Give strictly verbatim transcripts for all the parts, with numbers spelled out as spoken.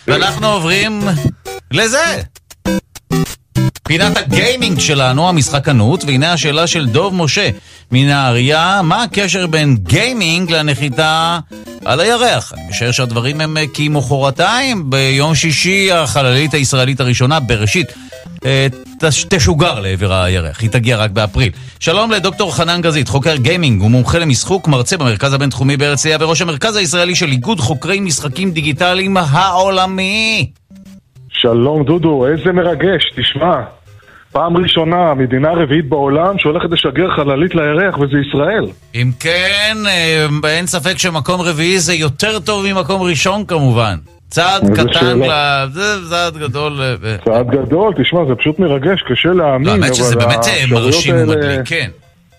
ואנחנו עוברים לזה. פינת הגיימינג שלנו, המשחקנות, והנה השאלה של דוב משה מנהריה, מה הקשר בין גיימינג לנחיתה על הירח? אני משער שהדברים הם כי מחרתיים, ביום שישי החללית הישראלית הראשונה בראשית תשוגר לעבר הירח, היא תגיע רק באפריל. שלום לדוקטור חנן גזית, חוקר גיימינג ומומחה למשחוק, מרצה במרכז הבינתחומי בהרצליה וראש המרכז הישראלי של איגוד חוקרי משחקים דיגיטליים העולמי. שלום דודו, איזה מרגש, תשמע, פעם ראשונה, מדינה רביעית בעולם שהולכת לשגר חללית לירח, וזה ישראל. אם כן, אין ספק שמקום רביעי זה יותר טוב ממקום ראשון כמובן. צעד קטן, זה צעד גדול. צעד גדול, תשמע, זה פשוט מרגש, קשה להאמין. האמת שזה באמת מרשים ומדליק, כן.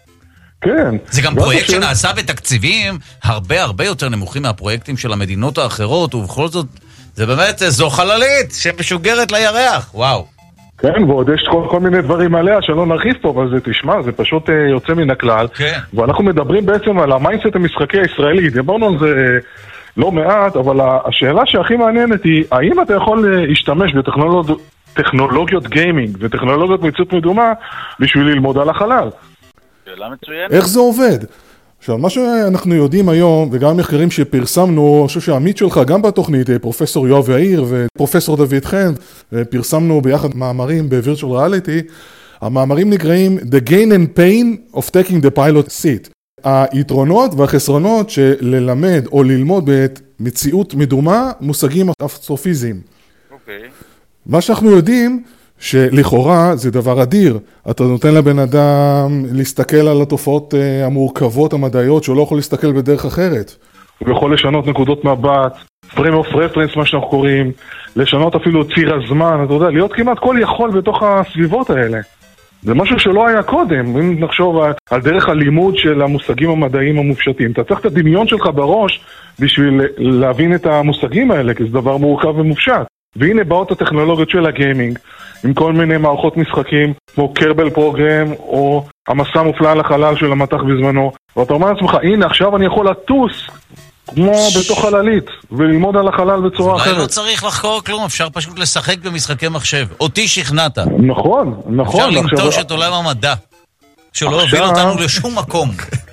כן. זה גם פרויקט שנעשה בתקציבים הרבה הרבה יותר נמוכים מהפרויקטים של המדינות האחרות, ובכל זאת, זה באמת, זו חללית שמשוגרת לירח, וואו. כן, ועוד יש כל, כל מיני דברים עליה שלא נרחיב פה, אבל זה תשמע, זה פשוט uh, יוצא מן הכלל. כן. ואנחנו מדברים בעצם על המיינדסט המשחקי הישראלי, דיברנו על זה לא מעט, אבל השאלה שהכי מעניינת היא, האם אתה יכול להשתמש בטכנולוגיות טכנולוגיות גיימינג וטכנולוגיות מציאות מדומה בשביל ללמוד על החלל? שאלה מצוינת. איך זה עובד? עכשיו, מה שאנחנו יודעים היום, וגם מחקרים שפרסמנו, אני חושב שהעמית שלך גם בתוכנית, פרופסור יואב יאיר ופרופסור דוד חן, פרסמנו ביחד מאמרים ב-Virtual Reality, המאמרים נקראים The Gain and Pain of Taking the Pilot Seat. היתרונות והחסרונות של ללמד או ללמוד במציאות מדומה מושגים אסטרופיזיים. אוקיי. מה שאנחנו יודעים, שלכאורה זה דבר אדיר. אתה נותן לבן אדם להסתכל על התופעות המורכבות המדעיות שהוא לא יכול להסתכל בדרך אחרת. הוא יכול לשנות נקודות מבט, frame of reference מה שאנחנו קוראים, לשנות אפילו ציר הזמן, אתה יודע, להיות כמעט כל יכול בתוך הסביבות האלה. זה משהו שלא היה קודם, אם נחשוב על דרך הלימוד של המושגים המדעיים המופשטים. אתה צריך את הדמיון שלך בראש בשביל להבין את המושגים האלה, כי זה דבר מורכב ומופשט. והנה באות הטכנולוגיות של הגיימינג, עם כל מיני מערכות משחקים, כמו קרבל פרוגרם, או המסע המופלא לחלל של המתח בזמנו. ואתה אומר לעצמך, הנה עכשיו אני יכול לטוס, כמו בתוך חללית, וללמוד על החלל בצורה אחרת. אולי לא צריך לחקור כלום, אפשר פשוט לשחק במשחקי מחשב. אותי שכנעת. נכון, נכון. אפשר לנטוש את עולם המדע, שלא הוביל אותנו לשום מקום.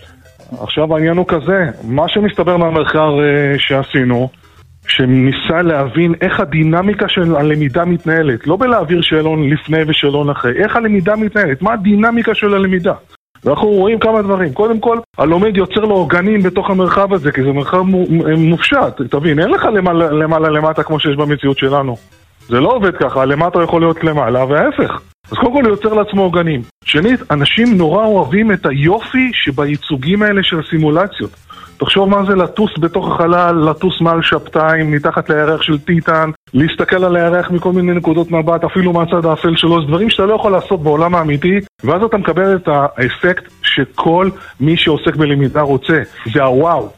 עכשיו העניין הוא כזה, מה שמסתבר מהמחקר שעשינו, שניסה להבין איך הדינמיקה של הלמידה מתנהלת, לא בלהעביר שאלון לפני ושאלון אחרי, איך הלמידה מתנהלת, מה הדינמיקה של הלמידה. ואנחנו רואים כמה דברים. קודם כל, הלומד יוצר לו עוגנים בתוך המרחב הזה, כי זה מרחב מופשט. תבין, אין לך למעלה, למעלה למטה כמו שיש במציאות שלנו. זה לא עובד ככה, למטה יכול להיות למעלה, וההפך. אז קודם כל הוא יוצר לעצמו עוגנים. שנית, אנשים נורא אוהבים את היופי שבייצוגים האלה של הסימולציות. תחשוב מה זה לטוס בתוך החלל, לטוס מעל שבתיים, מתחת לירח של טיטן, להסתכל על הירח מכל מיני נקודות מבט, אפילו מהצד האפל שלו, זה דברים שאתה לא יכול לעשות בעולם האמיתי, ואז אתה מקבל את האפקט שכל מי שעוסק בלמידה רוצה, זה הוואו.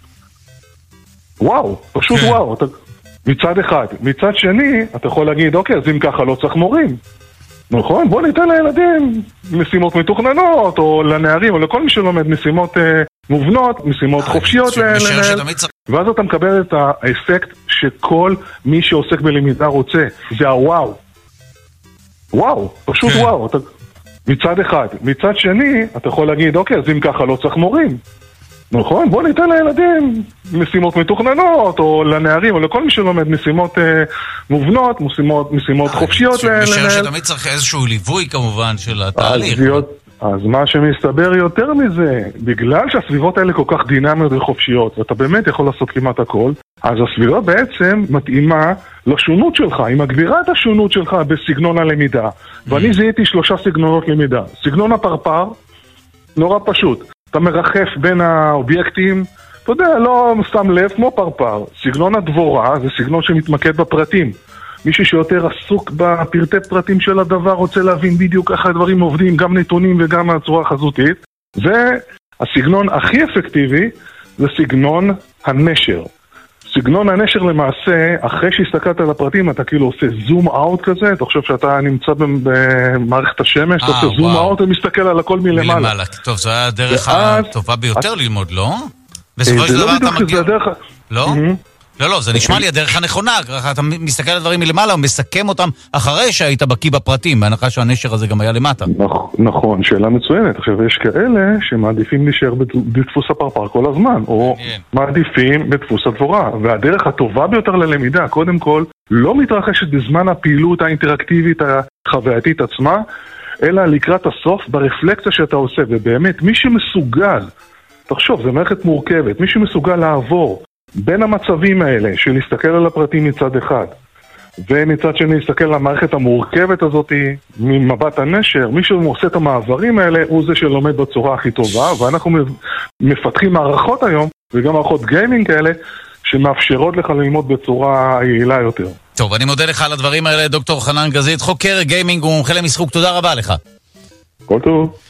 וואו, פשוט וואו. אתה... מצד אחד. מצד שני, אתה יכול להגיד, אוקיי, אז אם ככה לא צריך מורים. נכון, בוא ניתן לילדים משימות מתוכננות, או לנערים, או לכל מי שלומד משימות אה, מובנות, משימות חופשיות לנהל, ואז אתה מקבל את האפקט שכל מי שעוסק בלמידה רוצה, זה הוואו. וואו, פשוט וואו. אתה... מצד אחד. מצד שני, אתה יכול להגיד, אוקיי, אז אם ככה לא צריך מורים. נכון, בוא ניתן לילדים משימות מתוכננות, או לנערים, או לכל מי שלומד משימות אה, מובנות, משימות, משימות חופשיות לנהל. משאר שתמיד צריך איזשהו ליווי כמובן של התהליך. אז, אז מה שמסתבר יותר מזה, בגלל שהסביבות האלה כל כך דינמיות וחופשיות, ואתה באמת יכול לעשות כמעט הכל, אז הסביבה בעצם מתאימה לשונות שלך, היא מגבירה את השונות שלך בסגנון הלמידה. ואני זיהיתי שלושה סגנונות למידה. סגנון הפרפר, נורא פשוט. אתה מרחף בין האובייקטים, אתה יודע, לא שם לב, כמו פרפר. סגנון הדבורה זה סגנון שמתמקד בפרטים. מישהו שיותר עסוק בפרטי פרטים של הדבר, רוצה להבין בדיוק איך הדברים עובדים, גם נתונים וגם מהצורה החזותית. והסגנון הכי אפקטיבי זה סגנון הנשר. סגנון הנשר למעשה, אחרי שהסתכלת על הפרטים, אתה כאילו עושה זום אאוט כזה, אתה חושב שאתה נמצא במערכת השמש, אתה עושה זום אאוט ומסתכל על הכל מלמעלה. מלמעלה, טוב, זו היה הדרך הטובה ביותר ללמוד, לא? בסופו של דבר אתה מגיע... לא? לא, לא, זה נשמע לי הדרך הנכונה, אתה מסתכל על הדברים מלמעלה, ומסכם אותם אחרי שהיית בקיא בפרטים, בהנחה שהנשר הזה גם היה למטה. נכון, שאלה מצוינת. עכשיו, יש כאלה שמעדיפים להישאר בדפוס הפרפר כל הזמן, או מעדיפים בדפוס הדבורה. והדרך הטובה ביותר ללמידה, קודם כל, לא מתרחשת בזמן הפעילות האינטראקטיבית החווייתית עצמה, אלא לקראת הסוף ברפלקציה שאתה עושה. ובאמת, מי שמסוגל, תחשוב, זו מערכת מורכבת, מי שמסוגל לעבור בין המצבים האלה, של להסתכל על הפרטים מצד אחד, ומצד שני להסתכל על המערכת המורכבת הזאת ממבט הנשר, מי שעושה את המעברים האלה הוא זה שלומד בצורה הכי טובה, ואנחנו מפתחים מערכות היום, וגם מערכות גיימינג כאלה, שמאפשרות לך ללמוד בצורה יעילה יותר. טוב, אני מודה לך על הדברים האלה, דוקטור חנן גזית, חוקר גיימינג ומומחה למשחק, תודה רבה לך. כל טוב.